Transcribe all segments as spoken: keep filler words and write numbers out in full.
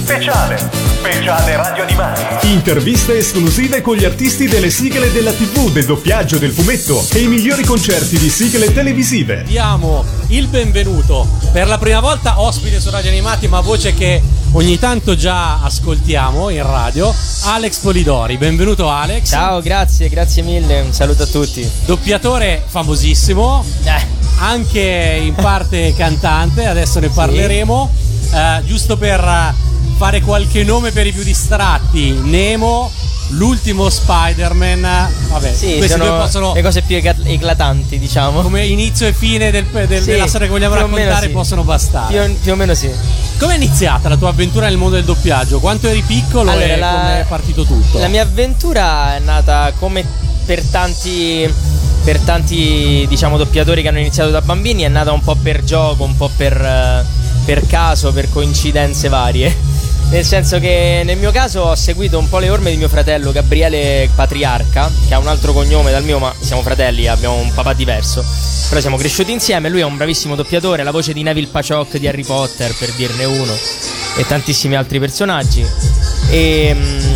Speciale, speciale Radio Animati. Interviste esclusive con gli artisti delle sigle della tivù, del doppiaggio, del fumetto e i migliori concerti di sigle televisive. Diamo il benvenuto per la prima volta ospite su Radio Animati, ma voce che ogni tanto già ascoltiamo in radio, Alex Polidori. Benvenuto Alex. Ciao, grazie, grazie mille, un saluto a tutti. Doppiatore famosissimo, eh. anche in parte cantante, adesso ne parleremo. Sì. eh, Giusto per fare qualche nome per i più distratti: Nemo, l'ultimo Spider-Man. Vabbè, sì, queste sono due possono, le cose più eclatanti, diciamo. come inizio e fine del, del, sì, della storia che vogliamo raccontare, sì. possono bastare. Più, più o meno sì. Come è iniziata la tua avventura nel mondo del doppiaggio? Quanto eri piccolo allora, e la, come è partito tutto? La mia avventura è nata come per tanti, per tanti diciamo doppiatori che hanno iniziato da bambini. È nata un po' per gioco, un po' per, per caso, per coincidenze varie. Nel senso che nel mio caso ho seguito un po' le orme di mio fratello Gabriele Patriarca, che ha un altro cognome dal mio, ma siamo fratelli, abbiamo un papà diverso, però siamo cresciuti insieme. Lui è un bravissimo doppiatore, la voce di Neville Paciok di Harry Potter, per dirne uno, e tantissimi altri personaggi. E,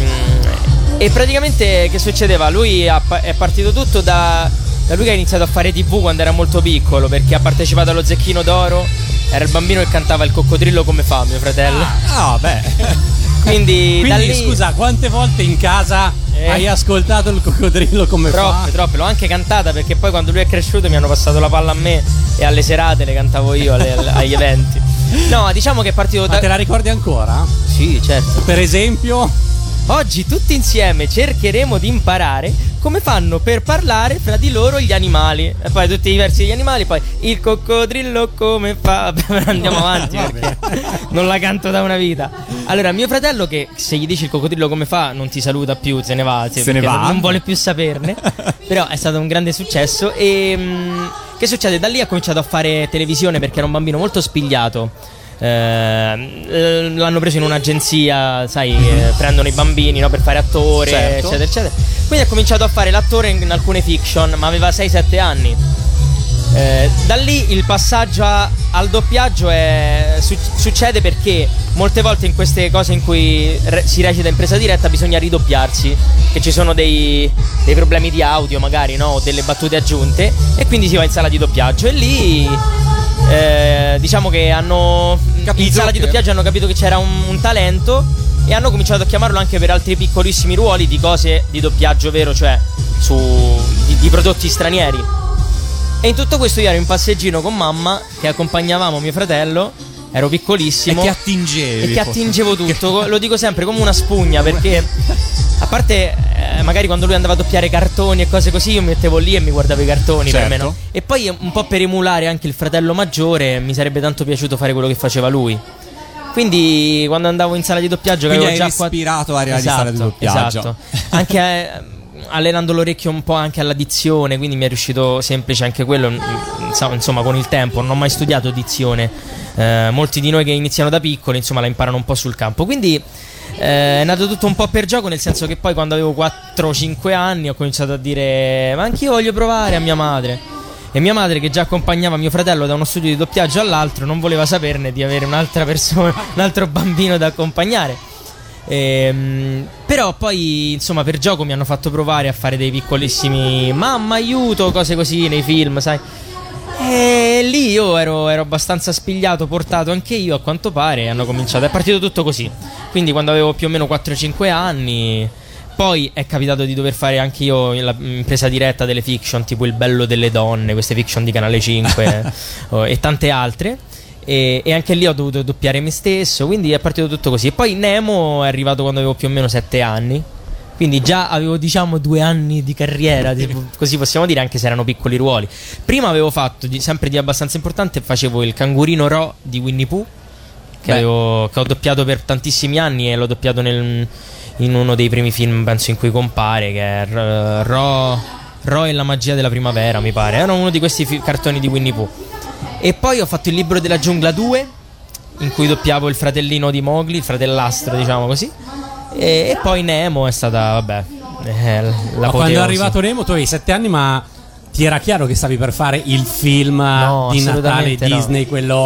e praticamente che succedeva? Lui ha, è partito tutto da, da lui che ha iniziato a fare tivù quando era molto piccolo, perché ha partecipato allo Zecchino d'Oro. Era il bambino che cantava Il coccodrillo come fa, mio fratello. Ah, beh. Quindi, Quindi da lì... scusa, quante volte in casa eh. hai ascoltato Il coccodrillo come troppe, fa? Troppe, troppe. L'ho anche cantata, perché poi quando lui è cresciuto mi hanno passato la palla a me e alle serate le cantavo io alle, agli eventi. No, diciamo che è partito da... Ma te la ricordi ancora? Sì, certo. Per esempio? Oggi tutti insieme cercheremo di imparare come fanno per parlare fra di loro gli animali. E poi tutti i versi degli animali. Poi il coccodrillo come fa. Andiamo avanti perché non la canto da una vita. Allora mio fratello, che se gli dici il coccodrillo come fa non ti saluta più, se ne va, se ne va. Non, non vuole più saperne. Però è stato un grande successo. E mh, che succede? Da lì ha cominciato a fare televisione, perché era un bambino molto spigliato. Eh, l'hanno preso in un'agenzia, sai, eh, prendono i bambini, no, per fare attore, certo. eccetera eccetera. Quindi ha cominciato a fare l'attore in, in alcune fiction, ma aveva sei sette anni. eh, Da lì il passaggio a, al doppiaggio è, su, succede perché molte volte in queste cose in cui re, si recita in presa diretta bisogna ridoppiarsi, che ci sono dei, dei problemi di audio magari, no, o delle battute aggiunte, e quindi si va in sala di doppiaggio. E lì Eh, diciamo che hanno capito in sala di doppiaggio hanno capito che c'era un, un talento, e hanno cominciato a chiamarlo anche per altri piccolissimi ruoli di cose di doppiaggio vero, cioè su di, di prodotti stranieri. E in tutto questo io ero in passeggino con mamma, che accompagnavamo mio fratello. Ero piccolissimo e che attingevi e che attingevo tutto. Lo dico sempre come una spugna, perché a parte eh, magari quando lui andava a doppiare cartoni e cose così, io mi mettevo lì e mi guardavo i cartoni, certo. per me, no? E poi un po' per emulare anche il fratello maggiore, mi sarebbe tanto piaciuto fare quello che faceva lui. Quindi quando andavo in sala di doppiaggio, quindi avevo hai già ispirato a esatto, di sala di doppiaggio. Esatto. Anche eh, allenando l'orecchio un po' anche alla dizione, quindi mi è riuscito semplice anche quello, insomma, con il tempo. Non ho mai studiato dizione. Eh, molti di noi che iniziano da piccoli, insomma, la imparano un po' sul campo. Quindi eh, è nato tutto un po' per gioco, nel senso che poi quando avevo quattro cinque anni ho cominciato a dire: ma anch'io voglio provare, a mia madre. E mia madre, che già accompagnava mio fratello da uno studio di doppiaggio all'altro, non voleva saperne di avere un'altra persona, un altro bambino da accompagnare. Ehm, però poi insomma per gioco mi hanno fatto provare a fare dei piccolissimi mamma aiuto, cose così nei film, sai. E lì io ero, ero abbastanza spigliato, portato anche io a quanto pare. Hanno cominciato, è partito tutto così. Quindi quando avevo più o meno quattro cinque anni, poi è capitato di dover fare anche io la presa diretta delle fiction, tipo Il bello delle donne, queste fiction di Canale cinque e tante altre. E, e anche lì ho dovuto doppiare me stesso. Quindi è partito tutto così. E poi Nemo è arrivato quando avevo più o meno sette anni. Quindi già avevo, diciamo, due anni di carriera, tipo, così possiamo dire, anche se erano piccoli ruoli. Prima avevo fatto, di, sempre di abbastanza importante, facevo il cangurino Ro di Winnie Pooh, che, avevo, che ho doppiato per tantissimi anni, e l'ho doppiato nel, in uno dei primi film, penso, in cui compare, che è uh, Ro, Ro e la magia della primavera, mi pare. Era uno di questi fi- cartoni di Winnie Pooh. E poi ho fatto Il libro della giungla due, in cui doppiavo il fratellino di Mowgli, il fratellastro, diciamo così. E, e poi Nemo è stata, vabbè, eh, ma quando è arrivato Nemo tu avevi sette anni, ma ti era chiaro che stavi per fare il film no, di Natale Disney, no. quello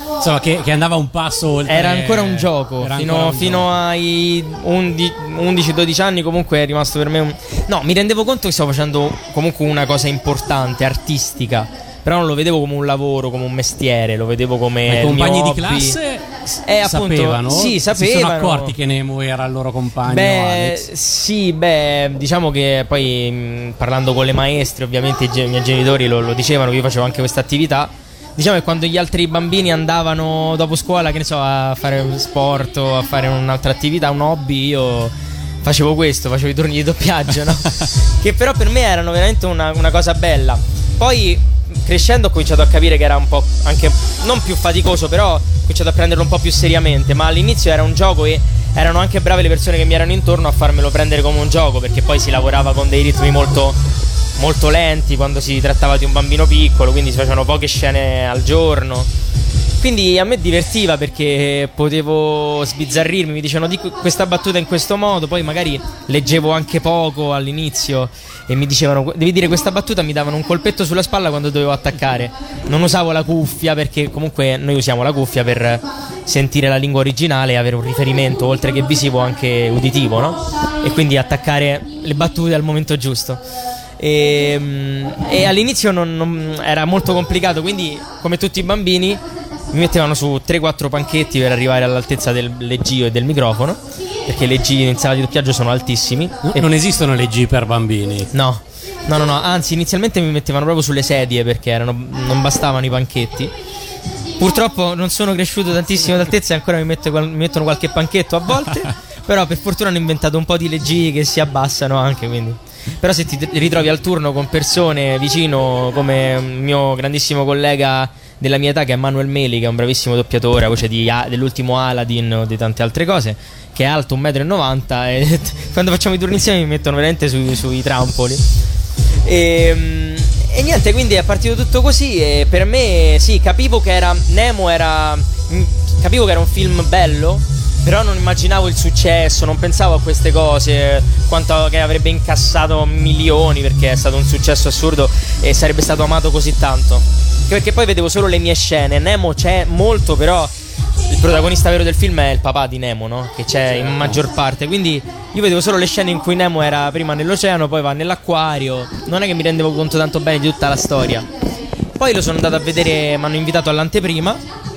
insomma, che, che andava un passo oltre. Era ancora un gioco. Era Fino, ancora un fino gioco. ai undici dodici anni comunque è rimasto per me un... No, mi rendevo conto che stavo facendo comunque una cosa importante, artistica. Però non lo vedevo come un lavoro, come un mestiere, lo vedevo come. Ma i il compagni mio di hobby. classe Eh, appunto, sapevano? sì, Si sapevano. sono accorti che Nemo era il loro compagno Beh, Alex? sì, beh, diciamo che poi mh, parlando con le maestre, ovviamente i, ge- i miei genitori lo, lo dicevano che io facevo anche questa attività. Diciamo che quando gli altri bambini andavano dopo scuola, che ne so, a fare sport o a fare un'altra attività, un hobby, io facevo questo, facevo i turni di doppiaggio, no? Che però per me erano veramente una, una cosa bella. Poi crescendo ho cominciato a capire che era un po' anche non più faticoso, però ho cominciato a prenderlo un po' più seriamente. Ma all'inizio era un gioco e erano anche brave le persone che mi erano intorno a farmelo prendere come un gioco, perché poi si lavorava con dei ritmi molto, molto lenti quando si trattava di un bambino piccolo, quindi si facevano poche scene al giorno. Quindi a me divertiva perché potevo sbizzarrirmi, mi dicevano di questa battuta in questo modo, poi magari leggevo anche poco all'inizio e mi dicevano devi dire questa battuta, mi davano un colpetto sulla spalla quando dovevo attaccare. Non usavo la cuffia perché comunque noi usiamo la cuffia per sentire la lingua originale e avere un riferimento oltre che visivo anche uditivo, no? E quindi attaccare le battute al momento giusto. E, e all'inizio non, non, era molto complicato, quindi come tutti i bambini mi mettevano su tre quattro panchetti per arrivare all'altezza del leggio e del microfono, perché i leggi in sala di doppiaggio sono altissimi. No, e non esistono le G per bambini. No, no, no, no, anzi inizialmente mi mettevano proprio sulle sedie perché erano, non bastavano i panchetti. Purtroppo non sono cresciuto tantissimo d'altezza e ancora mi, metto, mi mettono qualche panchetto a volte. Però per fortuna hanno inventato un po' di leggi che si abbassano anche, quindi. Però se ti ritrovi al turno con persone vicino come un mio grandissimo collega della mia età che è Manuel Meli, che è un bravissimo doppiatore, a voce di, dell'ultimo Aladdin o di tante altre cose, che è alto un metro e novanta e quando facciamo i turni insieme mi mettono veramente sui, sui trampoli. E, e niente, quindi è partito tutto così e per me sì, capivo che era Nemo era capivo che era un film bello, però non immaginavo il successo, non pensavo a queste cose, quanto che avrebbe incassato milioni, perché è stato un successo assurdo e sarebbe stato amato così tanto. Perché poi vedevo solo le mie scene. Nemo c'è molto, però il protagonista vero del film è il papà di Nemo, no? Che c'è in maggior parte. Quindi io vedevo solo le scene in cui Nemo era prima nell'oceano, poi va nell'acquario. Non è che mi rendevo conto tanto bene di tutta la storia. Poi lo sono andato a vedere, mi hanno invitato all'anteprima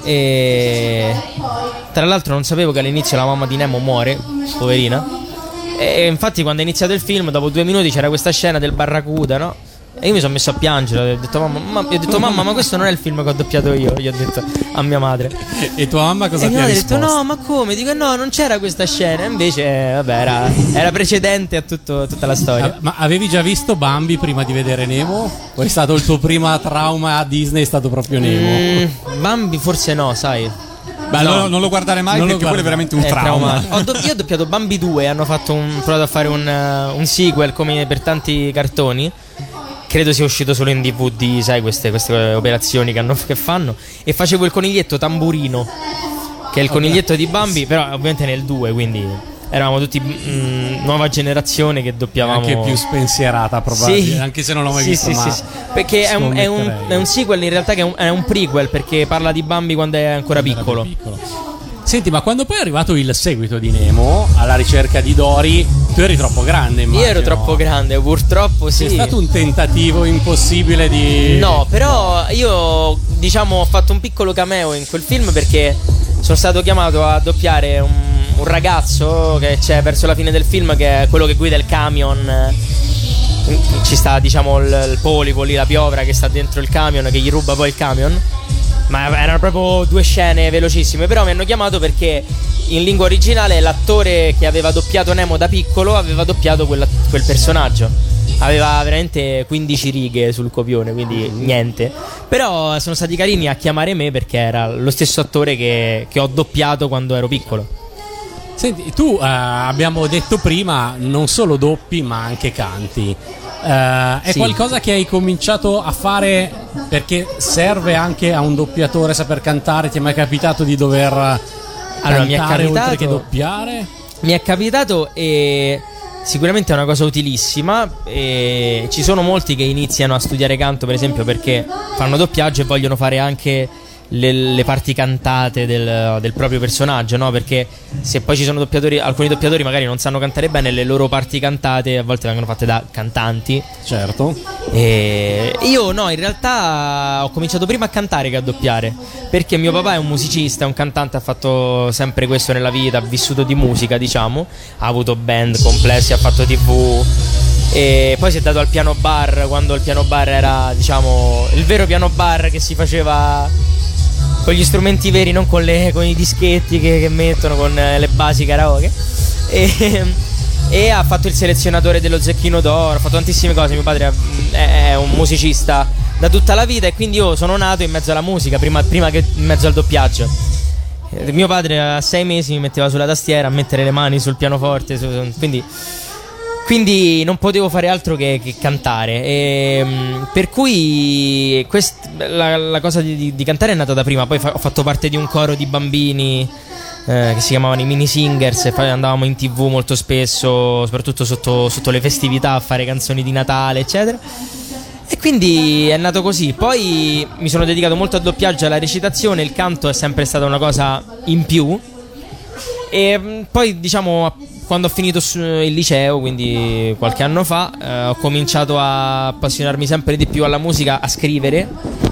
e tra l'altro non sapevo che all'inizio la mamma di Nemo muore, poverina. E infatti quando è iniziato il film, dopo due minuti c'era questa scena del barracuda, no? E io mi sono messo a piangere, ho detto mamma, mamma, io ho detto mamma, ma questo non è il film che ho doppiato io, gli ho detto a mia madre. E tua mamma cosa e ti mia ha madre ha risposto? detto no, ma come? Dico no, non c'era questa scena. Invece eh, vabbè, era, era precedente a tutto, tutta la storia. Ah, ma avevi già visto Bambi prima di vedere Nemo? O è stato il tuo primo trauma a Disney, è stato proprio Nemo? Mm, Bambi forse no, sai. Beh, No. non, non lo guardare mai Non lo perché quello è guardare. veramente un È trauma. traumatico. Ho do- io ho doppiato Bambi due, hanno fatto un, provato a fare un, uh, un sequel come per tanti cartoni. Credo sia uscito solo in D V D, sai, queste, queste operazioni che, hanno, che fanno. E facevo il coniglietto Tamburino, che è il coniglietto di Bambi, però ovviamente nel due, quindi eravamo tutti mh, nuova generazione che doppiavamo. Anche più spensierata probabilmente, Sì. anche se non l'ho mai Sì, visto, sì, ma sì, sì. Perché è un, è, un, scommetterei. è un sequel in realtà che è un, è un prequel, perché parla di Bambi quando è ancora Quando era piccolo. più piccolo. Senti, ma quando poi è arrivato il seguito di Nemo, alla ricerca di Dory, tu eri troppo grande, immagino. Io ero troppo grande, purtroppo sì. È stato un tentativo impossibile di... No, però io diciamo ho fatto un piccolo cameo in quel film perché sono stato chiamato a doppiare un, un ragazzo che c'è verso la fine del film, che è quello che guida il camion. Ci sta diciamo il, il polipo lì, la piovra che sta dentro il camion, che gli ruba poi il camion. Ma erano proprio due scene velocissime. Però mi hanno chiamato perché in lingua originale l'attore che aveva doppiato Nemo da piccolo aveva doppiato quella, quel personaggio. Aveva veramente quindici righe sul copione, quindi niente. Però sono stati carini a chiamare me perché era lo stesso attore che, che ho doppiato quando ero piccolo. Senti, tu eh, abbiamo detto prima, non solo doppi ma anche canti. Eh, è Sì. qualcosa che hai cominciato a fare perché serve anche a un doppiatore saper cantare? Ti è mai capitato di dover Allora, mi è cantare oltre capitato- che doppiare? Mi è capitato e sicuramente è una cosa utilissima. E ci sono molti che iniziano a studiare canto, per esempio, perché fanno doppiaggio e vogliono fare anche le, le parti cantate del, del proprio personaggio, no? Perché se poi ci sono doppiatori, alcuni doppiatori magari non sanno cantare bene, le loro parti cantate a volte vengono fatte da cantanti. Certo. E io no, in realtà ho cominciato prima a cantare che a doppiare, perché mio papà è un musicista, è un cantante, ha fatto sempre questo nella vita, ha vissuto di musica, diciamo, ha avuto band complessi, ha fatto tivù. E poi si è dato al piano bar, quando il piano bar era, diciamo, il vero piano bar che si faceva con gli strumenti veri, non con, le, con i dischetti che, che mettono, con le basi karaoke. E, e ha fatto il selezionatore dello Zecchino d'Oro, ha fatto tantissime cose. Mio padre è, è un musicista da tutta la vita, e quindi io sono nato in mezzo alla musica, prima, prima che in mezzo al doppiaggio. Mio padre a sei mesi mi metteva sulla tastiera a mettere le mani sul pianoforte, quindi... Quindi non potevo fare altro che, che cantare. E, per cui quest, la, la cosa di, di cantare è nata da prima. Poi fa, ho fatto parte di un coro di bambini eh, che si chiamavano i Mini Singers, e poi andavamo in tv molto spesso, soprattutto sotto, sotto le festività, a fare canzoni di Natale, eccetera. E quindi è nato così. Poi mi sono dedicato molto al doppiaggio e alla recitazione. Il canto è sempre stata una cosa in più. E poi, diciamo, quando ho finito il liceo, quindi qualche anno fa, eh, ho cominciato a appassionarmi sempre di più alla musica, a scrivere,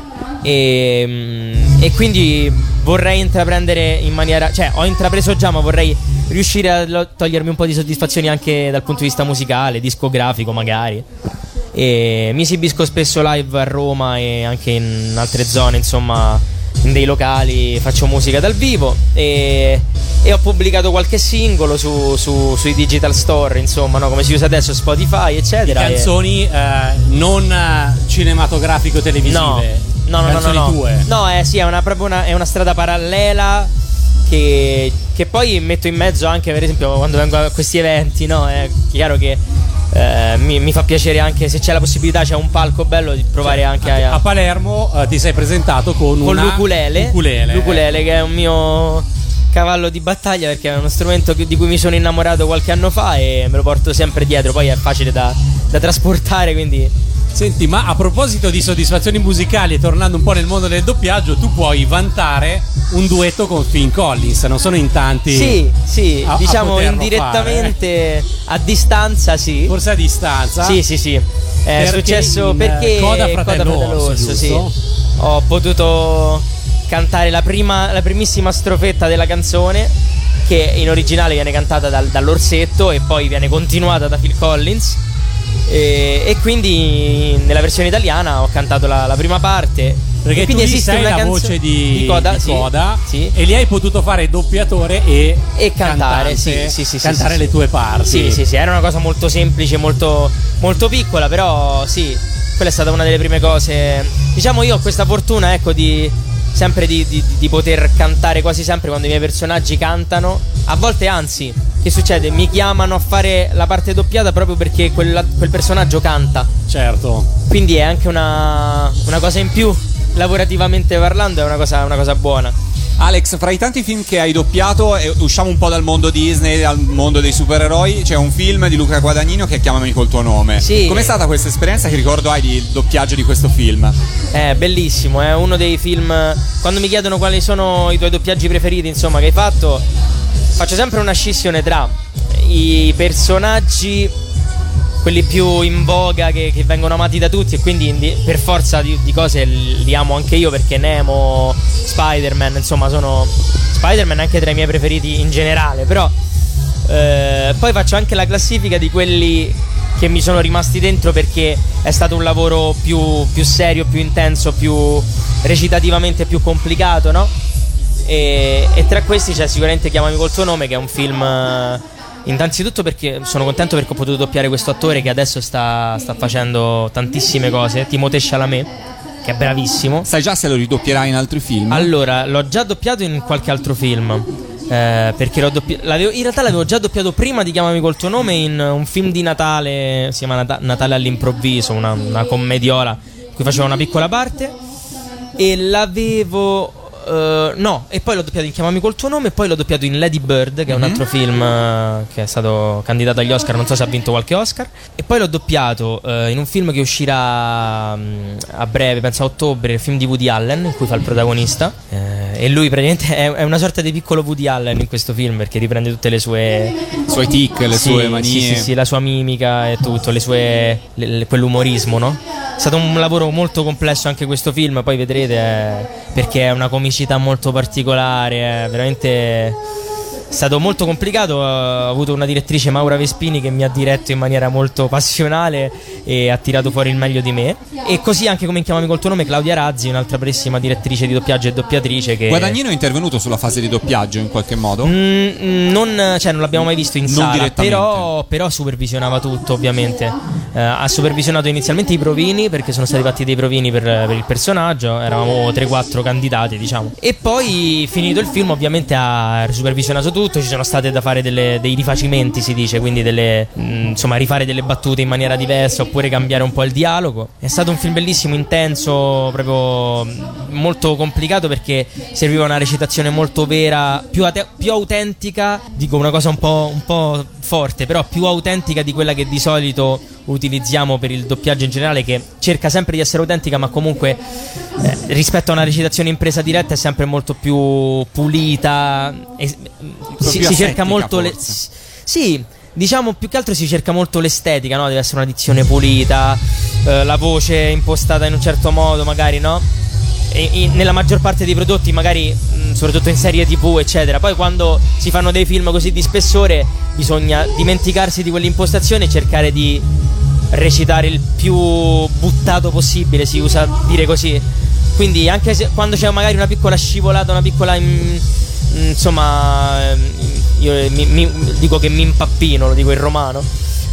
e, e quindi vorrei intraprendere in maniera, cioè ho intrapreso già, ma vorrei riuscire a togliermi un po' di soddisfazioni anche dal punto di vista musicale, discografico magari. E mi esibisco spesso live a Roma e anche in altre zone, insomma, in dei locali, faccio musica dal vivo, e, e ho pubblicato qualche singolo su, su, sui digital store, insomma, no? Come si usa adesso, Spotify, eccetera. Di canzoni e... eh, non cinematografico-televisive. No, no, no, canzoni no, no, no. tue. No, è, sì, è una, proprio una, è una strada parallela che, che poi metto in mezzo anche, per esempio, quando vengo a questi eventi, no? È chiaro che Eh, mi, mi fa piacere anche, se c'è la possibilità, c'è un palco bello, di provare, cioè, anche a, a Palermo eh, ti sei presentato con, con una l'ukulele, ukulele. l'ukulele che è un mio cavallo di battaglia, perché è uno strumento di cui mi sono innamorato qualche anno fa e me lo porto sempre dietro. Poi è facile da, da trasportare, quindi... Senti, ma a proposito di soddisfazioni musicali, e tornando un po' nel mondo del doppiaggio, tu puoi vantare un duetto con Phil Collins, non sono in tanti. Sì, sì, a, diciamo a indirettamente fare. A distanza, sì. Forse a distanza. Sì, sì, sì. È perché successo in, perché Coda Fratello Coda Orso, sì. Ho potuto cantare la prima, la primissima strofetta della canzone, che in originale viene cantata dal, dall'Orsetto e poi viene continuata da Phil Collins. E, e quindi nella versione italiana ho cantato la, la prima parte, perché e quindi tu esiste sei una la canzo- voce di, di Coda, di sì, Coda sì. E lì hai potuto fare doppiatore e, e cantare, cantante, sì, sì, sì, cantare sì, le sì. tue parti. Sì, sì, sì, era una cosa molto semplice, molto, molto piccola, però sì, quella è stata una delle prime cose. Diciamo, io ho questa fortuna, ecco, di sempre di, di, di poter cantare quasi sempre quando i miei personaggi cantano. A volte, anzi, che succede? Mi chiamano a fare la parte doppiata proprio perché quella, quel personaggio canta. Certo. Quindi è anche una, una cosa in più, lavorativamente parlando, è una cosa, una cosa buona. Alex, fra i tanti film che hai doppiato, eh, usciamo un po' dal mondo Disney, dal mondo dei supereroi. C'è un film di Luca Guadagnino che è Chiamami col tuo nome. Sì. Com'è stata questa esperienza? Che ricordo hai di doppiaggio di questo film? È bellissimo, è uno dei film. Quando mi chiedono quali sono i tuoi doppiaggi preferiti, insomma, che hai fatto, faccio sempre una scissione tra i personaggi, quelli più in voga, che, che vengono amati da tutti, e quindi di, per forza di, di cose li amo anche io, perché Nemo, Spider-Man, insomma, sono Spider-Man anche tra i miei preferiti in generale. Però eh, poi faccio anche la classifica di quelli che mi sono rimasti dentro perché è stato un lavoro più, più serio, più intenso, più recitativamente più complicato, no? E, e tra questi c'è sicuramente Chiamami col tuo nome, che è un film, innanzitutto perché sono contento perché ho potuto doppiare questo attore che adesso sta, sta facendo tantissime cose, Timothée Chalamet, che è bravissimo. Sai già se lo ridoppierai in altri film? Allora, l'ho già doppiato in qualche altro film, eh, perché l'ho doppi- l'avevo, in realtà l'avevo già doppiato prima di Chiamami col tuo nome in un film di Natale, si chiama Nat- Natale all'improvviso, una, una commediola in cui facevo una piccola parte. E l'avevo uh, no, e poi l'ho doppiato in Chiamami col tuo nome, e poi l'ho doppiato in Lady Bird, che è un altro mm-hmm. film uh, che è stato candidato agli Oscar, non so se ha vinto qualche Oscar. E poi l'ho doppiato uh, in un film che uscirà um, a breve, penso a ottobre, il film di Woody Allen, in cui fa il protagonista. Uh, e lui praticamente è, è una sorta di piccolo Woody Allen in questo film, perché riprende tutte le sue suoi tic, le sì, sue manie. Sì, sì, sì, la sua mimica e tutto, le sue le, le, quell'umorismo, no? È stato un lavoro molto complesso anche questo film, poi vedrete, eh, perché è una comicità molto particolare, è veramente è stato molto complicato. Ho avuto una direttrice, Maura Vespini, che mi ha diretto in maniera molto passionale e ha tirato fuori il meglio di me. E così anche, come in Chiamami col tuo nome, Claudia Razzi, un'altra bravissima direttrice di doppiaggio e doppiatrice che... Guadagnino è intervenuto sulla fase di doppiaggio in qualche modo? Mm, non, cioè non l'abbiamo mai visto in non sala, direttamente. però, però supervisionava tutto, ovviamente. eh, Ha supervisionato inizialmente i provini, perché sono stati fatti dei provini per, per il personaggio. Eravamo tre quattro candidati, diciamo. E poi, finito il film, ovviamente ha supervisionato tutto. Ci sono state da fare delle, dei rifacimenti, si dice, quindi delle, mh, insomma, rifare delle battute in maniera diversa, oppure cambiare un po' il dialogo. È stato un film bellissimo, intenso, proprio molto complicato, perché serviva una recitazione molto vera, più, ate- più autentica. Dico una cosa un po', un po' forte, però più autentica di quella che di solito utilizziamo per il doppiaggio in generale, che cerca sempre di essere autentica, ma comunque eh, rispetto a una recitazione in presa diretta è sempre molto più pulita e, si, più si cerca asettica, molto le, forse. sì, diciamo più che altro si cerca molto l'estetica, no? Deve essere una dizione pulita, eh, la voce impostata in un certo modo, magari, no? E, in, nella maggior parte dei prodotti, magari mh, soprattutto in serie tv eccetera, poi quando si fanno dei film così di spessore bisogna dimenticarsi di quell'impostazione e cercare di recitare il più buttato possibile, si usa dire così. Quindi anche se quando c'è magari una piccola scivolata, una piccola in, insomma, io mi, mi, dico che mi impappino, lo dico in romano,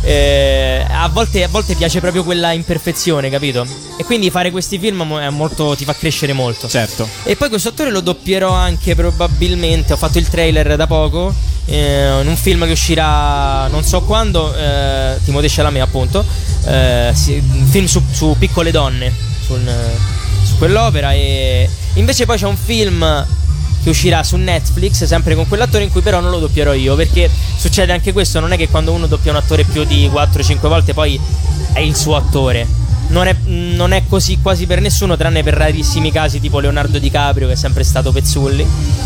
eh, a volte, a volte piace proprio quella imperfezione, capito? E quindi fare questi film è molto, ti fa crescere molto. Certo. E poi questo attore lo doppierò anche probabilmente. Ho fatto il trailer da poco, eh, in un film che uscirà non so quando, eh, Timothée Chalamet, appunto, eh, sì, un film su, su piccole donne, sul, su quell'opera. E invece poi c'è un film che uscirà su Netflix, sempre con quell'attore, in cui però non lo doppierò io, perché succede anche questo, non è che quando uno doppia un attore più di quattro cinque volte poi è il suo attore. Non è, non è così quasi per nessuno, tranne per rarissimi casi tipo Leonardo DiCaprio, che è sempre stato Pezzulli,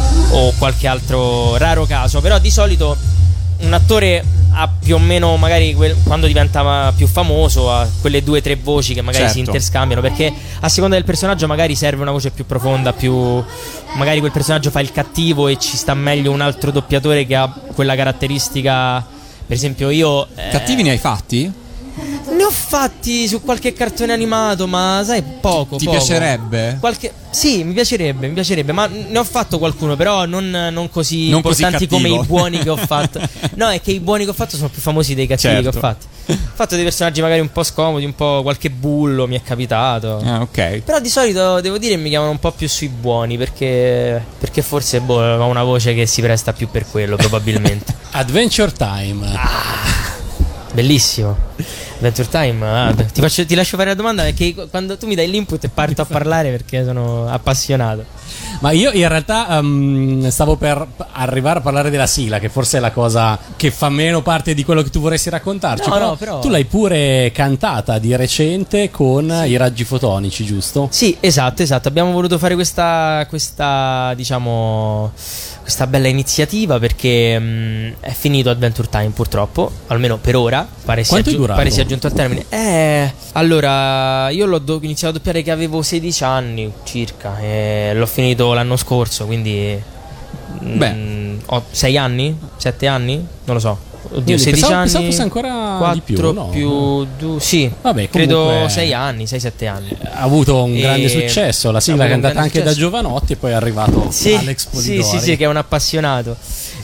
o qualche altro raro caso. Però di solito un attore ha più o meno, magari quel, quando diventa più famoso, ha quelle due o tre voci che magari certo. si interscambiano, perché a seconda del personaggio magari serve una voce più profonda, più magari quel personaggio fa il cattivo e ci sta meglio un altro doppiatore che ha quella caratteristica. Per esempio io eh, cattivi ne hai fatti? Ne ho fatti su qualche cartone animato, ma sai, poco. Ti poco. piacerebbe? Qualche... Sì, mi piacerebbe, mi piacerebbe, ma ne ho fatto qualcuno, però non, non così non importanti così come i buoni che ho fatto. No, è che i buoni che ho fatto sono più famosi dei cattivi certo. che ho fatto. Ho fatto dei personaggi magari un po' scomodi, un po' qualche bullo mi è capitato. Ah, ok. Però di solito devo dire mi chiamano un po' più sui buoni, perché perché forse boh, ho una voce che si presta più per quello, probabilmente. Adventure Time. Ah, bellissimo. Adventure Time, ah, ti, faccio, ti lascio fare la domanda, perché quando tu mi dai l'input parto a parlare perché sono appassionato. Ma io in realtà um, stavo per arrivare a parlare della sigla, che forse è la cosa che fa meno parte di quello che tu vorresti raccontarci. No, però, no, però tu l'hai pure cantata di recente con sì. i raggi fotonici, giusto? Sì, esatto, esatto. Abbiamo voluto fare questa, questa diciamo, questa bella iniziativa perché mh, è finito Adventure Time, purtroppo, almeno per ora. Pare sia, giu- pare sia giunto al termine. Eh, allora, io l'ho do- iniziato a doppiare che avevo sedici anni circa e l'ho finito l'anno scorso, quindi beh, mh, ho sei anni, sette anni, non lo so. Oddio, sedici pensavo, anni. Pensavo fosse ancora quattro di più, no? più du- sì, vabbè, credo sei anni, sei sette anni. Ha avuto un e... grande successo, la sigla cantata anche successo. da Giovanotti, e poi è arrivato sì, Alex Polidori. Sì, sì, sì, che è un appassionato.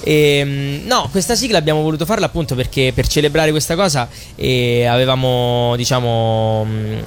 E, no, questa sigla abbiamo voluto farla appunto perché per celebrare questa cosa e avevamo, diciamo,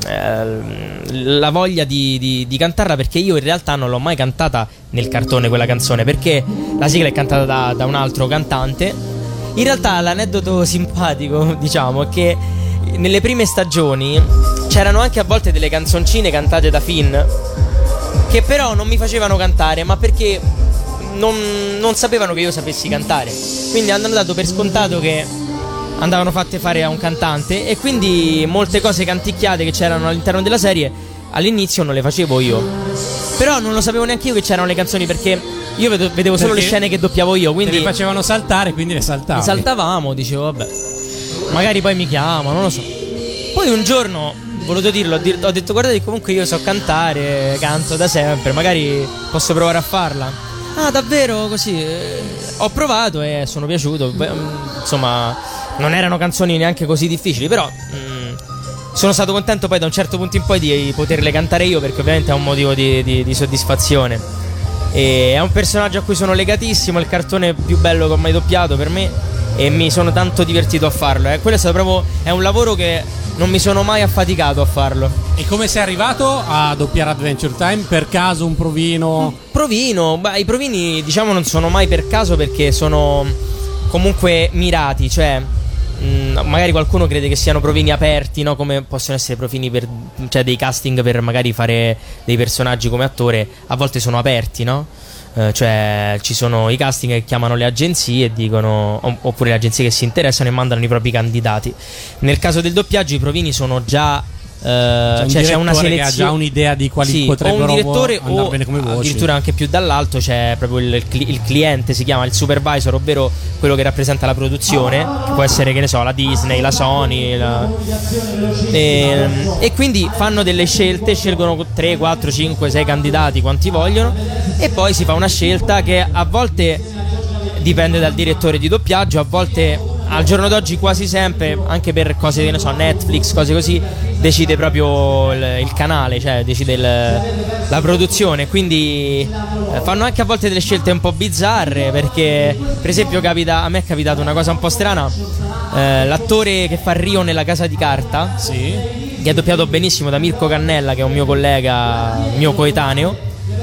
eh, la voglia di, di, di cantarla, perché io in realtà non l'ho mai cantata nel cartone quella canzone, perché la sigla è cantata da, da un altro cantante. In realtà l'aneddoto simpatico, diciamo, è che nelle prime stagioni c'erano anche a volte delle canzoncine cantate da Finn, che però non mi facevano cantare, ma perché non, non sapevano che io sapessi cantare, quindi hanno dato per scontato che andavano fatte fare a un cantante, e quindi molte cose canticchiate che c'erano all'interno della serie all'inizio non le facevo io, però non lo sapevo neanche io che c'erano le canzoni, perché io vedo, vedevo solo Perché le scene che doppiavo io, quindi le facevano saltare, quindi le saltavi. le saltavamo, dicevo vabbè, magari poi mi chiamano, non lo so. Poi un giorno, voluto dirlo, ho, dir- ho detto guardate, comunque io so cantare, canto da sempre, magari posso provare a farla. Ah, davvero? Così eh, ho provato e sono piaciuto. Beh, insomma, non erano canzoni neanche così difficili, però mh, sono stato contento poi da un certo punto in poi di poterle cantare io, perché ovviamente è un motivo di, di, di soddisfazione. E è un personaggio a cui sono legatissimo, è il cartone più bello che ho mai doppiato per me, e mi sono tanto divertito a farlo. Eh. Quello è stato proprio, è un lavoro che non mi sono mai affaticato a farlo. E come sei arrivato a doppiare Adventure Time? Per caso un provino? Provino, beh, i provini diciamo non sono mai per caso, perché sono comunque mirati, cioè mh, magari qualcuno crede che siano provini aperti, no? Come possono essere provini per, cioè dei casting per magari fare dei personaggi come attore, a volte sono aperti, no? Uh, cioè ci sono i casting che chiamano le agenzie e dicono, oppure le agenzie che si interessano e mandano i propri candidati. Nel caso del doppiaggio i provini sono già Uh, c'è, cioè c'è una selezione, che ha già un'idea di quali sì, potrebbero o un direttore andare o bene come voci. Addirittura anche più dall'alto c'è proprio il, il cliente, si chiama il supervisor, ovvero quello che rappresenta la produzione, che può essere, che ne so, la Disney, la Sony, la... E, e quindi fanno delle scelte, scelgono tre, quattro, cinque, sei candidati, quanti vogliono, e poi si fa una scelta che a volte dipende dal direttore di doppiaggio, a volte, al giorno d'oggi quasi sempre, anche per cose che ne so, Netflix, cose così, decide proprio il, il canale, cioè decide il, la produzione. Quindi eh, fanno anche a volte delle scelte un po' bizzarre, perché per esempio capita, a me è capitato una cosa un po' strana, eh, l'attore che fa Rio nella Casa di Carta, sì, che è doppiato benissimo da Mirko Cannella, che è un mio collega, mio coetaneo,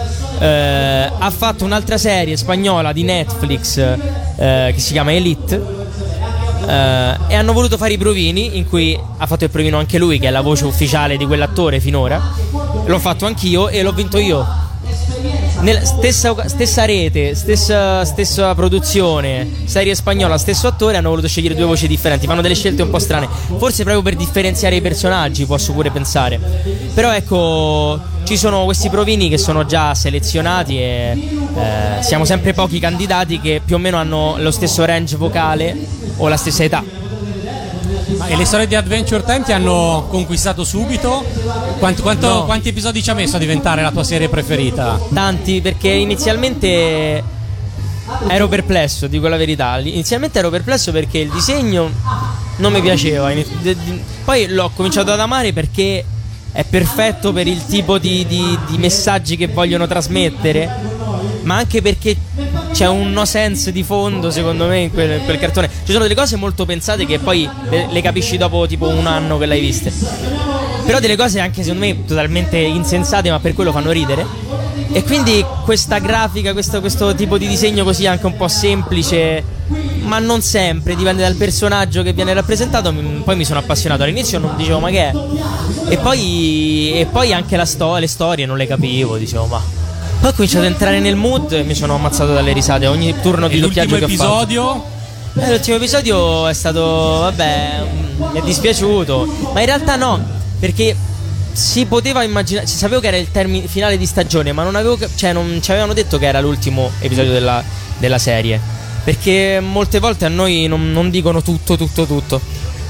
eh, ha fatto un'altra serie spagnola di Netflix eh, che si chiama Elite. Uh, e hanno voluto fare i provini, in cui ha fatto il provino anche lui, che è la voce ufficiale di quell'attore finora. L'ho fatto anch'io e l'ho vinto io. Nella stessa, stessa rete, stessa, stessa produzione, serie spagnola, stesso attore, hanno voluto scegliere due voci differenti. Fanno delle scelte un po' strane, forse proprio per differenziare i personaggi, posso pure pensare. Però ecco, ci sono questi provini che sono già selezionati e eh, siamo sempre pochi candidati che più o meno hanno lo stesso range vocale o la stessa età. Ma e le storie di Adventure Time ti hanno conquistato subito? Quanto, quanto, No. Quanti episodi ci ha messo a diventare la tua serie preferita? Tanti, perché inizialmente ero perplesso, dico la verità. Inizialmente ero perplesso perché il disegno non mi piaceva. Poi l'ho cominciato ad amare perché è perfetto per il tipo di, di, di messaggi che vogliono trasmettere, ma anche perché c'è un no sense di fondo, secondo me, in quel, in quel cartone. Ci sono delle cose molto pensate che poi le, le capisci dopo tipo un anno che l'hai viste, però delle cose anche secondo me totalmente insensate, ma per quello fanno ridere. E quindi questa grafica, questo, questo tipo di disegno così anche un po' semplice, ma non sempre, dipende dal personaggio che viene rappresentato. Poi mi sono appassionato. All'inizio non dicevo ma che è, e poi, e poi anche la sto- le storie non le capivo, dicevo ma... Poi ho cominciato ad entrare nel mood e mi sono ammazzato dalle risate ogni turno di E doppiaggio l'ultimo che ho fatto. episodio? Eh, l'ultimo episodio è stato, vabbè, mm, mi è dispiaciuto, ma in realtà no, perché si poteva immaginare, sapevo che era il termine finale di stagione, ma non avevo, cioè non ci avevano detto che era l'ultimo episodio della, della serie, perché molte volte a noi non, non dicono tutto, tutto, tutto.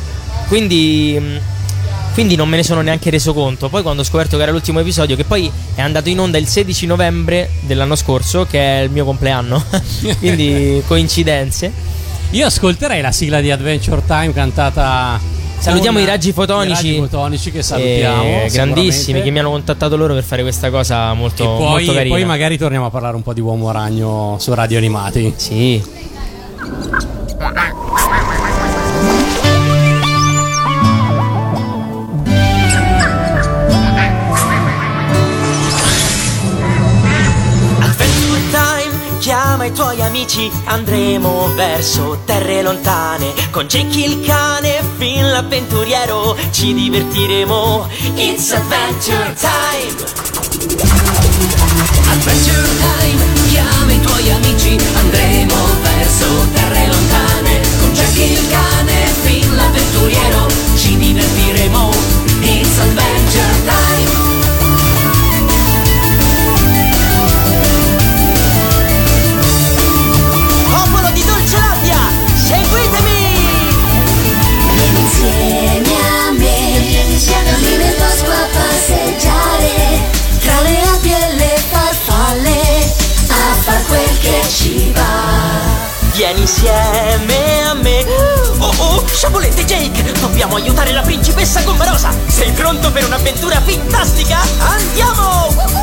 Quindi, quindi non me ne sono neanche reso conto. Poi quando ho scoperto che era l'ultimo episodio, che poi è andato in onda il sedici novembre dell'anno scorso, che è il mio compleanno, quindi coincidenze. Io ascolterei la sigla di Adventure Time cantata. Salutiamo con i Raggi Fotonici, i Raggi Fotonici che salutiamo, eh, grandissimi, sicuramente. che mi hanno contattato loro per fare questa cosa molto, E poi, molto carina. poi magari torniamo a parlare un po' di Uomo Ragno su Radio Animati. Sì. Adventure Time, chiama i tuoi amici, andremo verso terre lontane. Con Jake il cane, Finn l'avventuriero, ci divertiremo. It's Adventure Time. Adventure Time, chiama i tuoi amici, andremo verso terre lontane. Con Jackie il cane, Finn l'avventuriero, ci divertiremo. It's Adventure Time. Popolo di Dolcelandia, seguitemi! Vieni insieme a me, vieni insieme a me nel bosco a passeggiare, tra le api e le farfalle, a far quel che ci va. Vieni insieme a me. Oh oh, Sciabolette e Jake, dobbiamo aiutare la principessa Gommarosa. Sei pronto per un'avventura fantastica? Andiamo!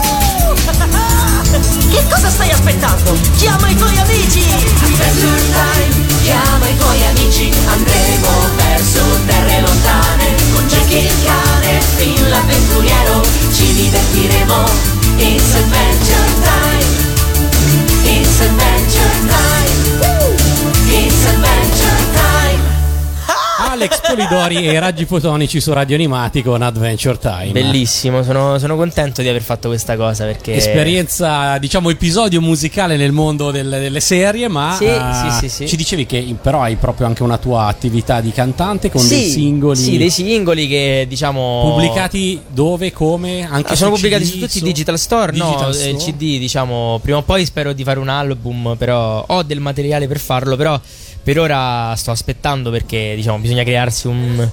Che cosa stai aspettando? Chiama i tuoi amici! Adventure Time, chiama i tuoi amici, andremo verso terre lontane. Con Jake il cane, Finn l'avventuriero, ci divertiremo. It's Adventure Time. It's Adventure Time. It's Adventure Time. Alex Polidori e Raggi Fotonici su Radio Animati con Adventure Time. Bellissimo, sono, sono contento di aver fatto questa cosa perché esperienza, diciamo, episodio musicale nel mondo delle, delle serie, ma sì, uh, sì, sì, sì. ci dicevi che però hai proprio anche una tua attività di cantante con sì, dei singoli. Sì, dei singoli che diciamo pubblicati dove, come? Anche ah, sono su pubblicati C D, su tutti i su... digital store, digital no, store. il C D, diciamo, prima o poi spero di fare un album, però ho del materiale per farlo, però per ora sto aspettando perché diciamo bisogna crearsi un,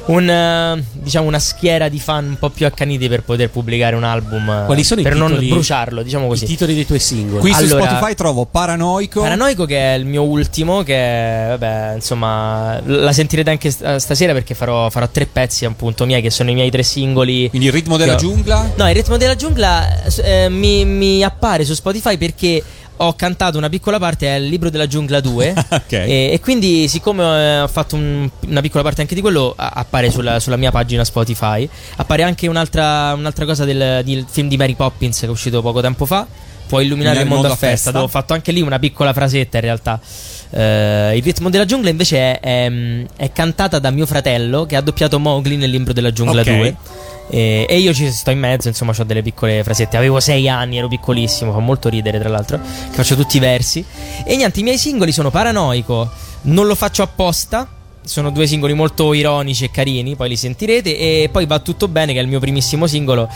un diciamo una schiera di fan un po' più accaniti per poter pubblicare un album. Quali sono per i titoli, non bruciarlo, diciamo così. I titoli dei tuoi singoli? Qui allora, su Spotify trovo Paranoico. Paranoico, che è il mio ultimo, che vabbè, insomma, la sentirete anche stasera perché farò, farò tre pezzi appunto miei, che sono i miei tre singoli. Quindi il ritmo della Io... giungla? No, il ritmo della giungla eh, mi, mi appare su Spotify perché ho cantato una piccola parte, è il libro della giungla due. Okay. e, e quindi siccome ho fatto un, una piccola parte anche di quello, appare sulla, sulla mia pagina Spotify. Appare anche un'altra, un'altra cosa del, del film di Mary Poppins che è uscito poco tempo fa, Puoi illuminare il mondo, mondo a festa, festa. Dove ho fatto anche lì una piccola frasetta in realtà. Uh, il ritmo della giungla invece è, è, è cantata da mio fratello, che ha doppiato Mowgli nel libro della giungla okay. due. E, e io ci sto in mezzo, insomma, ho delle piccole frasette. Avevo sei anni, ero piccolissimo, fa molto ridere tra l'altro, che faccio tutti i versi. E niente, i miei singoli sono Paranoico, Non lo faccio apposta. Sono due singoli molto ironici e carini, poi li sentirete. E poi Va tutto bene, che è il mio primissimo singolo.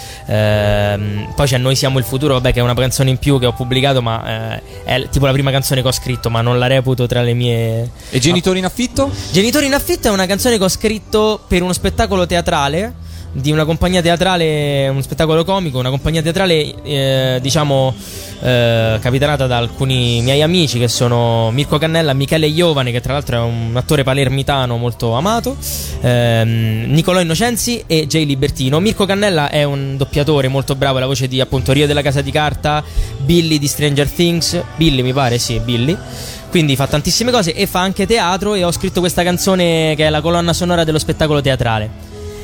ehm, Poi c'è Noi siamo il futuro, vabbè, che è una canzone in più che ho pubblicato, ma eh, è tipo la prima canzone che ho scritto, ma non la reputo tra le mie. E Genitori in affitto? Genitori in affitto è una canzone che ho scritto per uno spettacolo teatrale di una compagnia teatrale, un spettacolo comico, una compagnia teatrale eh, diciamo eh, capitanata da alcuni miei amici, che sono Mirko Cannella, Michele Iovane, che tra l'altro è un attore palermitano molto amato, ehm, Nicolò Innocenzi e Jay Libertino. Mirko Cannella è un doppiatore molto bravo, è la voce di appunto Rio della Casa di Carta, Billy di Stranger Things, Billy mi pare, sì, Billy. Quindi fa tantissime cose e fa anche teatro, e ho scritto questa canzone che è la colonna sonora dello spettacolo teatrale.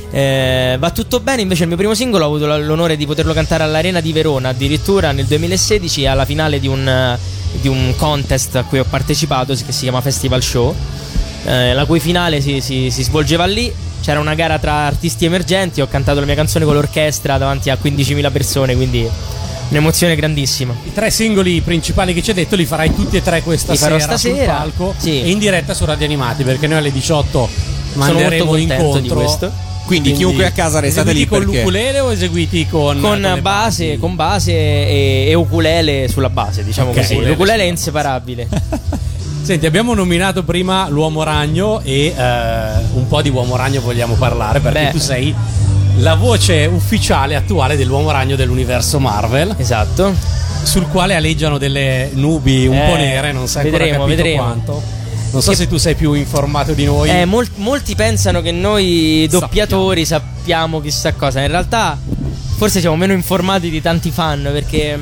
Eh, Va tutto bene, invece il mio primo singolo ho avuto l'onore di poterlo cantare all'Arena di Verona, addirittura nel duemilasedici, alla finale di un, di un contest a cui ho partecipato, che si chiama Festival Show, eh, la cui finale si, si, si svolgeva lì. C'era una gara tra artisti emergenti, ho cantato la mia canzone con l'orchestra davanti a quindicimila persone, quindi un'emozione grandissima. I tre singoli principali che ci hai detto li farai tutti e tre questa li sera stasera, sul palco, sì. E in diretta su Radio Animati, perché noi alle diciotto manderemo l'incontro di questo. Quindi, Quindi chiunque a casa restate lì con perché... l'ukulele o eseguiti con con, con base, basi? con base e, e ukulele sulla base, diciamo okay, così. L'ukulele è inseparabile. Senti, abbiamo nominato prima l'Uomo Ragno e uh, un po' di Uomo Ragno vogliamo parlare, perché Beh. tu sei la voce ufficiale attuale dell'Uomo Ragno dell'universo Marvel. Esatto. Sul quale aleggiano delle nubi un eh, po' nere, non sai vedremo, ancora capito vedremo. quanto. Non so che... se tu sei più informato di noi. Eh, mol- molti pensano che noi doppiatori sappiamo. sappiamo chissà cosa. In realtà forse siamo meno informati di tanti fan, perché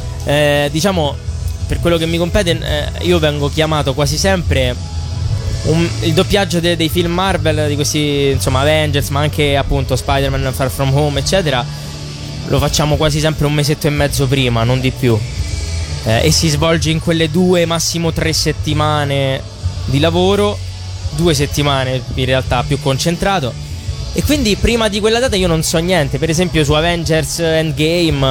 eh, diciamo, per quello che mi compete, eh, io vengo chiamato quasi sempre un, il doppiaggio de- dei film Marvel, di questi, insomma, Avengers, ma anche appunto Spider-Man Far From Home eccetera. Lo facciamo quasi sempre un mesetto e mezzo prima, non di più, eh, e si svolge in quelle due, massimo tre settimane di lavoro, due settimane in realtà più concentrato, e quindi prima di quella data io non so niente. Per esempio su Avengers Endgame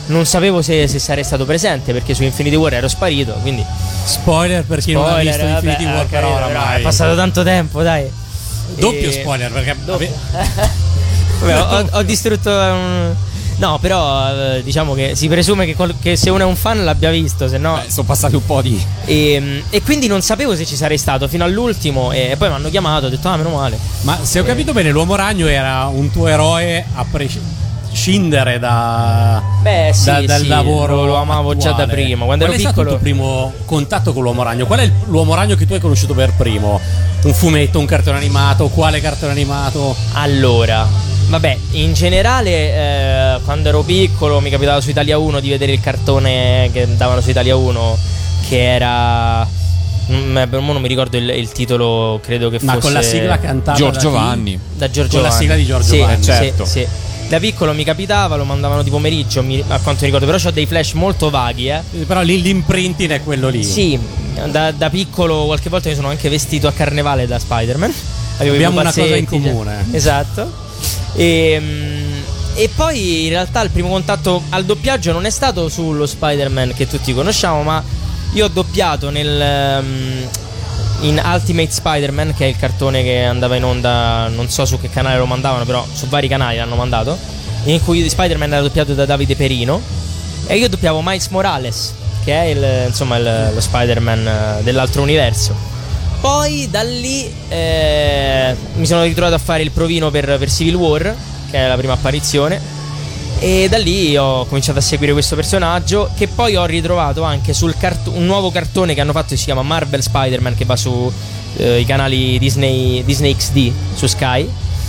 non sapevo se, se sarei stato presente, perché su Infinity War ero sparito, quindi spoiler per chi non ha visto vabbè, Infinity War, eh, però capito, oramai è passato tanto tempo, dai. doppio E- spoiler perché Dopo. Vabbè, ho, ho distrutto un... No, però eh, diciamo che si presume che, qual- che se uno è un fan l'abbia visto, se no... Beh, sono passati un po' di. E, e quindi non sapevo se ci sarei stato fino all'ultimo, e poi mi hanno chiamato, ho detto ah, meno male. ma se ho capito bene, l'Uomo Ragno era un tuo eroe a prescindere da, Beh, sì, da- dal sì, lavoro lo, lo amavo già da attuale. prima. Quando Qual ero è stato piccolo il tuo primo contatto con l'Uomo Ragno? Qual è il- l'Uomo Ragno che tu hai conosciuto per primo? Un fumetto, un cartone animato? Quale cartone animato? Allora, vabbè, in generale eh, quando ero piccolo mi capitava su Italia uno di vedere il cartone che davano su Italia uno, che era... mm, per ora non mi ricordo il, il titolo, credo che Ma fosse... con la sigla cantata Giorgio da chi? Vanni. Da Giorgio Con la Vanni. sigla di Giorgio Sì, Vanni, sì, certo. sì. Da piccolo mi capitava, lo mandavano di pomeriggio, mi- a quanto ricordo, però ho dei flash molto vaghi, eh. Però lì l'imprinting è quello lì. Sì, da, da piccolo qualche volta mi sono anche vestito a carnevale da Spider-Man. Avevo i Abbiamo una cosa in pupazzetti, comune. cioè, esatto. E, mm, e poi in realtà il primo contatto al doppiaggio non è stato sullo Spider-Man che tutti conosciamo, ma io ho doppiato nel mm, in Ultimate Spider-Man, che è il cartone che andava in onda, non so su che canale lo mandavano, però su vari canali l'hanno mandato, in cui Spider-Man era doppiato da Davide Perino e io doppiavo Miles Morales, che è il, insomma il- lo Spider-Man eh, dell'altro universo. Poi da lì eh, mi sono ritrovato a fare il provino per, per Civil War, che è la prima apparizione, e da lì ho cominciato a seguire questo personaggio, che poi ho ritrovato anche sul cart- un nuovo cartone che hanno fatto che si chiama Marvel Spider-Man, che va su eh, i canali Disney, Disney X D su Sky.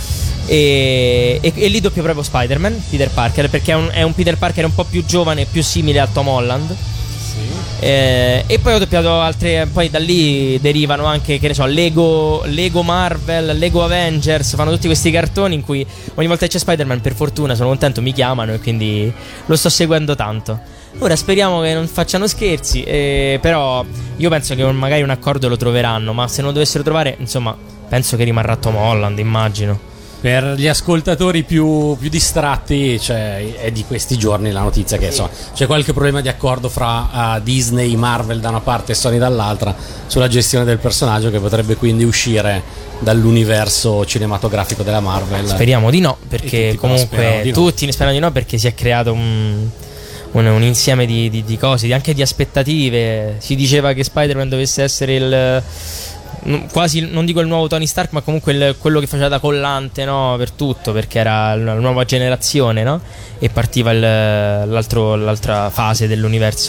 E, e- e lì doppio proprio Spider-Man, Peter Parker, perché è un, è un Peter Parker un po' più giovane, più simile a Tom Holland. Eh, e poi ho doppiato altre. Poi da lì derivano anche, che ne so, Lego, Lego Marvel, Lego Avengers. Fanno tutti questi cartoni in cui ogni volta che c'è Spider-Man, per fortuna, sono contento, mi chiamano e quindi lo sto seguendo tanto. Ora speriamo che non facciano scherzi, eh, però io penso che un- magari un accordo lo troveranno. Ma se non dovessero trovare, insomma, penso che rimarrà Tom Holland, immagino. Per gli ascoltatori più, più distratti, cioè, è di questi giorni la notizia che insomma, c'è qualche problema di accordo fra uh, Disney, Marvel da una parte e Sony dall'altra sulla gestione del personaggio, che potrebbe quindi uscire dall'universo cinematografico della Marvel. Speriamo di no, E perché tutti però comunque sperano di no. tutti ne sperano di no, perché si è creato un, un, un insieme di, di, di cose, di- anche di aspettative. Si diceva che Spider-Man dovesse essere il n- quasi, non dico il nuovo Tony Stark, ma comunque il- quello che faceva da collante, no, per tutto, perché era la nuova generazione, no? E partiva il- l'altro- l'altra fase dell'universo.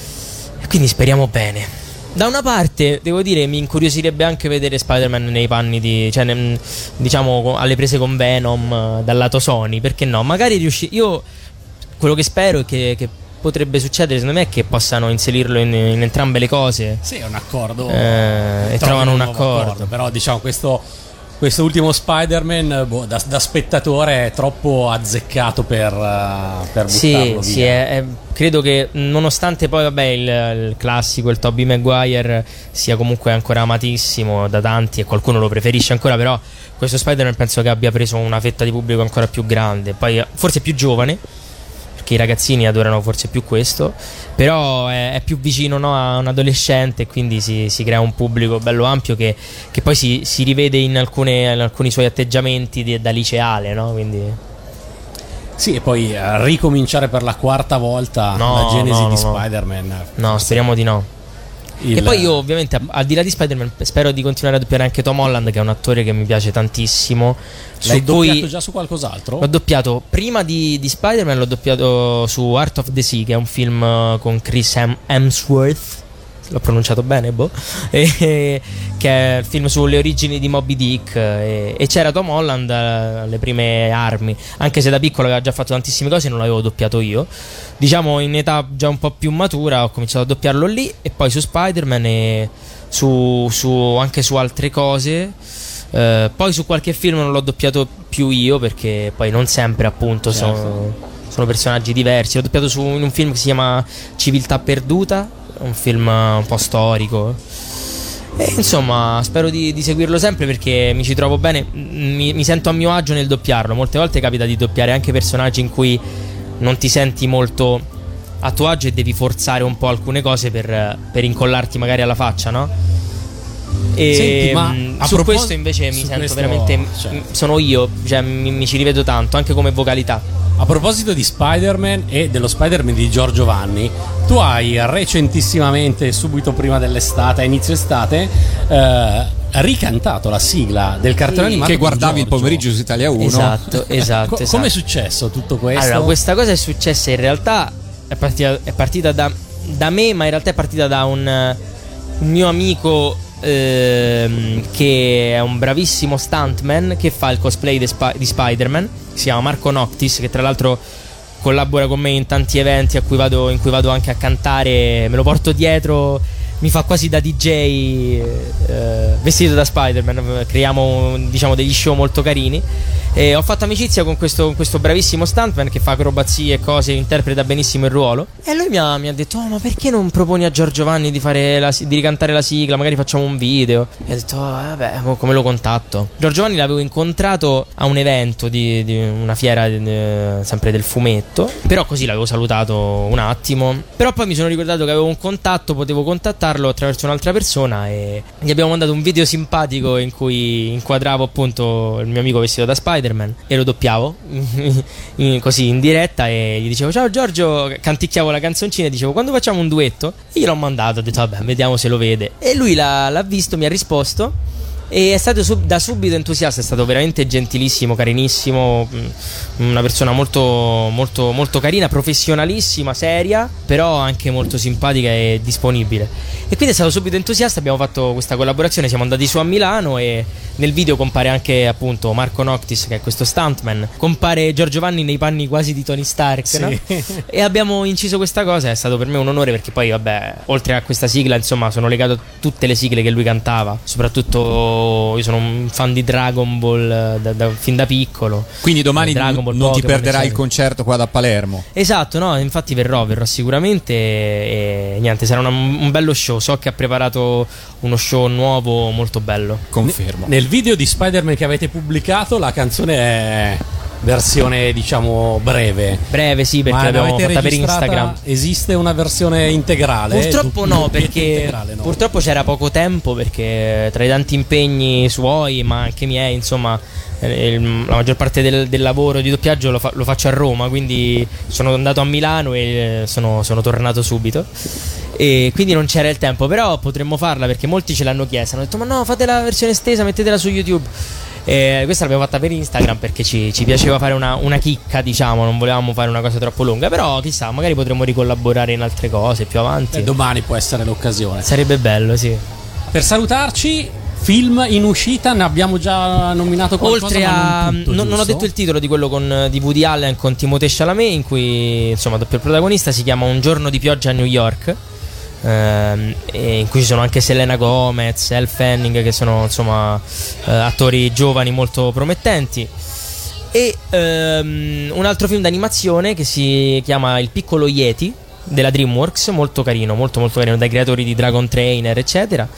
E quindi speriamo bene. Da una parte, devo dire, mi incuriosirebbe anche vedere Spider-Man nei panni di, cioè, ne- diciamo, co- alle prese con Venom eh, dal lato Sony, perché no? Magari riusci- io quello che spero è che, che potrebbe succedere, secondo me, è che possano inserirlo in, in entrambe le cose. Sì, è un accordo. Eh, e trovano un nuovo accordo. Però diciamo questo, questo ultimo Spider-Man, boh, da, da spettatore è troppo azzeccato per, uh, per Sì, buttarlo sì, via. è- è- credo che nonostante poi vabbè il, il classico, il Tobey Maguire sia comunque ancora amatissimo da tanti e qualcuno lo preferisce ancora, però questo Spider-Man penso che abbia preso una fetta di pubblico ancora più grande, poi eh, forse più giovane, perché i ragazzini adorano forse più questo, però è, è più vicino, no, a un adolescente, e quindi si, si crea un pubblico bello ampio che, che poi si, si rivede in, alcune, in alcuni suoi atteggiamenti di- da liceale, no? Quindi Sì, e poi eh, ricominciare per la quarta volta No, la genesi no, di no, no. Spider-Man. no, speriamo di no. Il- E poi io ovviamente, al di là di Spider-Man, spero di continuare a doppiare anche Tom Holland, che è un attore che mi piace tantissimo. L'hai Su doppiato cui già su qualcos'altro? l'ho doppiato prima di, di Spider-Man, l'ho doppiato su Art of the Sea, che è un film eh, con Chris Hem- Hemsworth. L'ho pronunciato bene, boh. E- che è il film sulle origini di Moby Dick. E, e c'era Tom Holland eh, alle prime armi. Anche se da piccolo aveva già fatto tantissime cose, non l'avevo doppiato io. Diciamo in età già un po' più matura ho cominciato a doppiarlo lì. E poi su Spider-Man e su, su- anche su altre cose. Eh, poi su qualche film non l'ho doppiato più io, perché poi non sempre, appunto, Certo. sono, sono personaggi diversi. L'ho doppiato su in un film che si chiama Civiltà Perduta, un film un po' storico. E insomma, spero di, di seguirlo sempre, perché mi ci trovo bene, mi, mi sento a mio agio nel doppiarlo. Molte volte capita di doppiare anche personaggi in cui non ti senti molto a tuo agio e devi forzare un po' alcune cose per, per incollarti magari alla faccia, no? E Senti, ma mh, a su propos- questo invece mi su sento questo, veramente cioè. m- sono io, cioè mi, mi ci rivedo tanto anche come vocalità. A proposito di Spider-Man e dello Spider-Man di Giorgio Vanni, tu hai recentissimamente, subito prima dell'estate, a inizio estate, eh, ricantato la sigla del cartone Sì. animato Che di guardavi il Giorgio. pomeriggio su Italia uno. Esatto, esatto, Co- esatto. Come è successo tutto questo? Allora, questa cosa è successa in realtà è partita, è partita da, da me, ma in realtà è partita da un, un mio amico ehm, che è un bravissimo stuntman che fa il cosplay di, Sp- di Spider-Man. Si chiama Marco Noctis, che tra l'altro collabora con me in tanti eventi a cui vado, in cui vado anche a cantare. Me lo porto dietro, mi fa quasi da D J eh, vestito da Spider-Man. Creiamo, diciamo, degli show molto carini. E ho fatto amicizia con questo, con questo bravissimo stuntman che fa acrobazie e cose, interpreta benissimo il ruolo. E lui mi ha, mi ha detto: oh, ma perché non proponi a Giorgio Vanni di, fare la, di ricantare la sigla? Magari facciamo un video. E ho detto: oh, vabbè, come lo contatto? Giorgio Vanni l'avevo incontrato a un evento di, di una fiera di, sempre del fumetto. Però così l'avevo salutato un attimo. Però poi mi sono ricordato che avevo un contatto, potevo contattarlo attraverso un'altra persona. E gli abbiamo mandato un video simpatico in cui inquadravo appunto il mio amico vestito da Spider e lo doppiavo in, così in diretta, e gli dicevo: ciao Giorgio, canticchiavo la canzoncina e dicevo: quando facciamo un duetto? E io l'ho mandato, ho detto vabbè, vediamo se lo vede. E lui l'ha, l'ha visto, mi ha risposto e è stato sub, da subito entusiasta. È stato veramente gentilissimo, carinissimo, una persona molto molto molto carina, professionalissima, seria, però anche molto simpatica e disponibile. E quindi è stato subito entusiasta. Abbiamo fatto questa collaborazione, siamo andati su a Milano e nel video compare anche appunto Marco Noctis, che è questo stuntman. Compare Giorgio Vanni nei panni quasi di Tony Stark, Sì. no? E abbiamo inciso questa cosa. È stato per me un onore, perché poi vabbè, oltre a questa sigla, insomma, sono legato a tutte le sigle che lui cantava. Soprattutto io sono un fan di Dragon Ball da, da, fin da piccolo. Quindi domani Dragon Ball, non ti Pokémon, perderai il eccetera. concerto qua da Palermo. Esatto, no, infatti verrò, verrò sicuramente e, e niente, sarà una, un bello show. So che ha preparato uno show nuovo molto bello. Confermo. Nel video di Spider-Man che avete pubblicato, la canzone è versione, diciamo, breve. Breve, sì, perché Ma l'abbiamo l'avete fatta per registrata? Instagram. Esiste una versione integrale? Purtroppo Du- no, doppietta perché integrale, no? purtroppo c'era poco tempo, perché tra i tanti impegni suoi, ma anche miei, insomma, eh, il- la maggior parte del, del lavoro di doppiaggio lo, fa- lo faccio a Roma, quindi sono andato a Milano e sono, sono tornato subito. E quindi non c'era il tempo, però potremmo farla, perché molti ce l'hanno chiesta. Hanno detto: ma no, fate la versione estesa, mettetela su YouTube. E questa l'abbiamo fatta per Instagram perché ci, ci piaceva fare una, una chicca, diciamo, non volevamo fare una cosa troppo lunga. Però chissà, magari potremmo ricollaborare in altre cose più avanti. Eh, domani può essere l'occasione. Sarebbe bello, sì. Per salutarci, film in uscita, ne abbiamo già nominato qualcosa. Oltre ma a non, tutto, non, non ho giusto? detto il titolo di quello con, di Woody Allen con Timothée Chalamet, in cui insomma doppio il protagonista, si chiama Un giorno di pioggia a New York, ehm, e in cui ci sono anche Selena Gomez, Elle Fanning, che sono insomma eh, attori giovani molto promettenti. E ehm, un altro film d'animazione che si chiama Il piccolo Yeti, della DreamWorks, molto carino, molto molto carino, dai creatori di Dragon Trainer eccetera.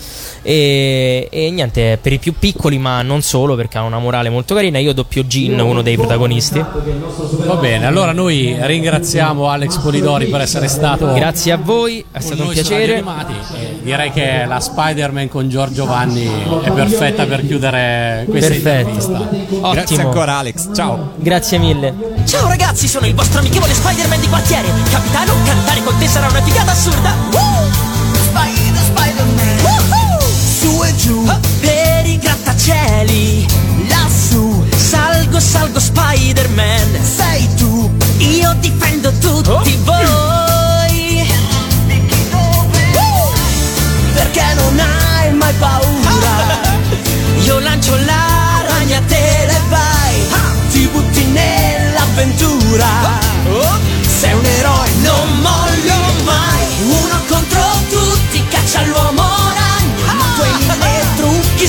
E, e niente, per i più piccoli, ma non solo, perché ha una morale molto carina. Io doppio Gin, uno dei protagonisti. Va bene, allora noi ringraziamo Alex Polidori per essere stato Grazie a voi, è con stato un noi su piacere. Radio Animati. E direi che la Spider-Man con Giorgio Vanni è perfetta per chiudere questa Perfetto. intervista. Grazie Ottimo. ancora Alex, ciao. Grazie mille. Ciao ragazzi, sono il vostro amichevole Spider-Man di quartiere. Capitano, cantare con te sarà una figata assurda. Woo! Spider, Spider-Man. Woohoo! Su e giù, per i grattacieli. Lassù, salgo, salgo Spider-Man. Sei tu, io difendo tutti voi. Woo! Perché non hai mai paura. Io lancio la ragnatela e vai. Ti butti nell'avventura. Sei un eroe, non mollo mai. Uno contro tutti, caccia l'uomo ragno. I tuoi mille trucchi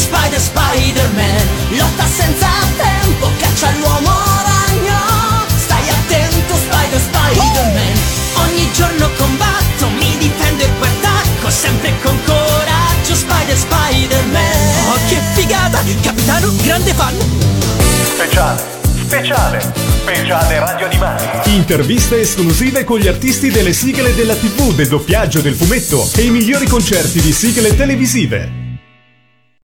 Speciale, speciale radio animati. Interviste esclusive con gli artisti delle sigle della tivù, del doppiaggio, del fumetto e i migliori concerti di sigle televisive.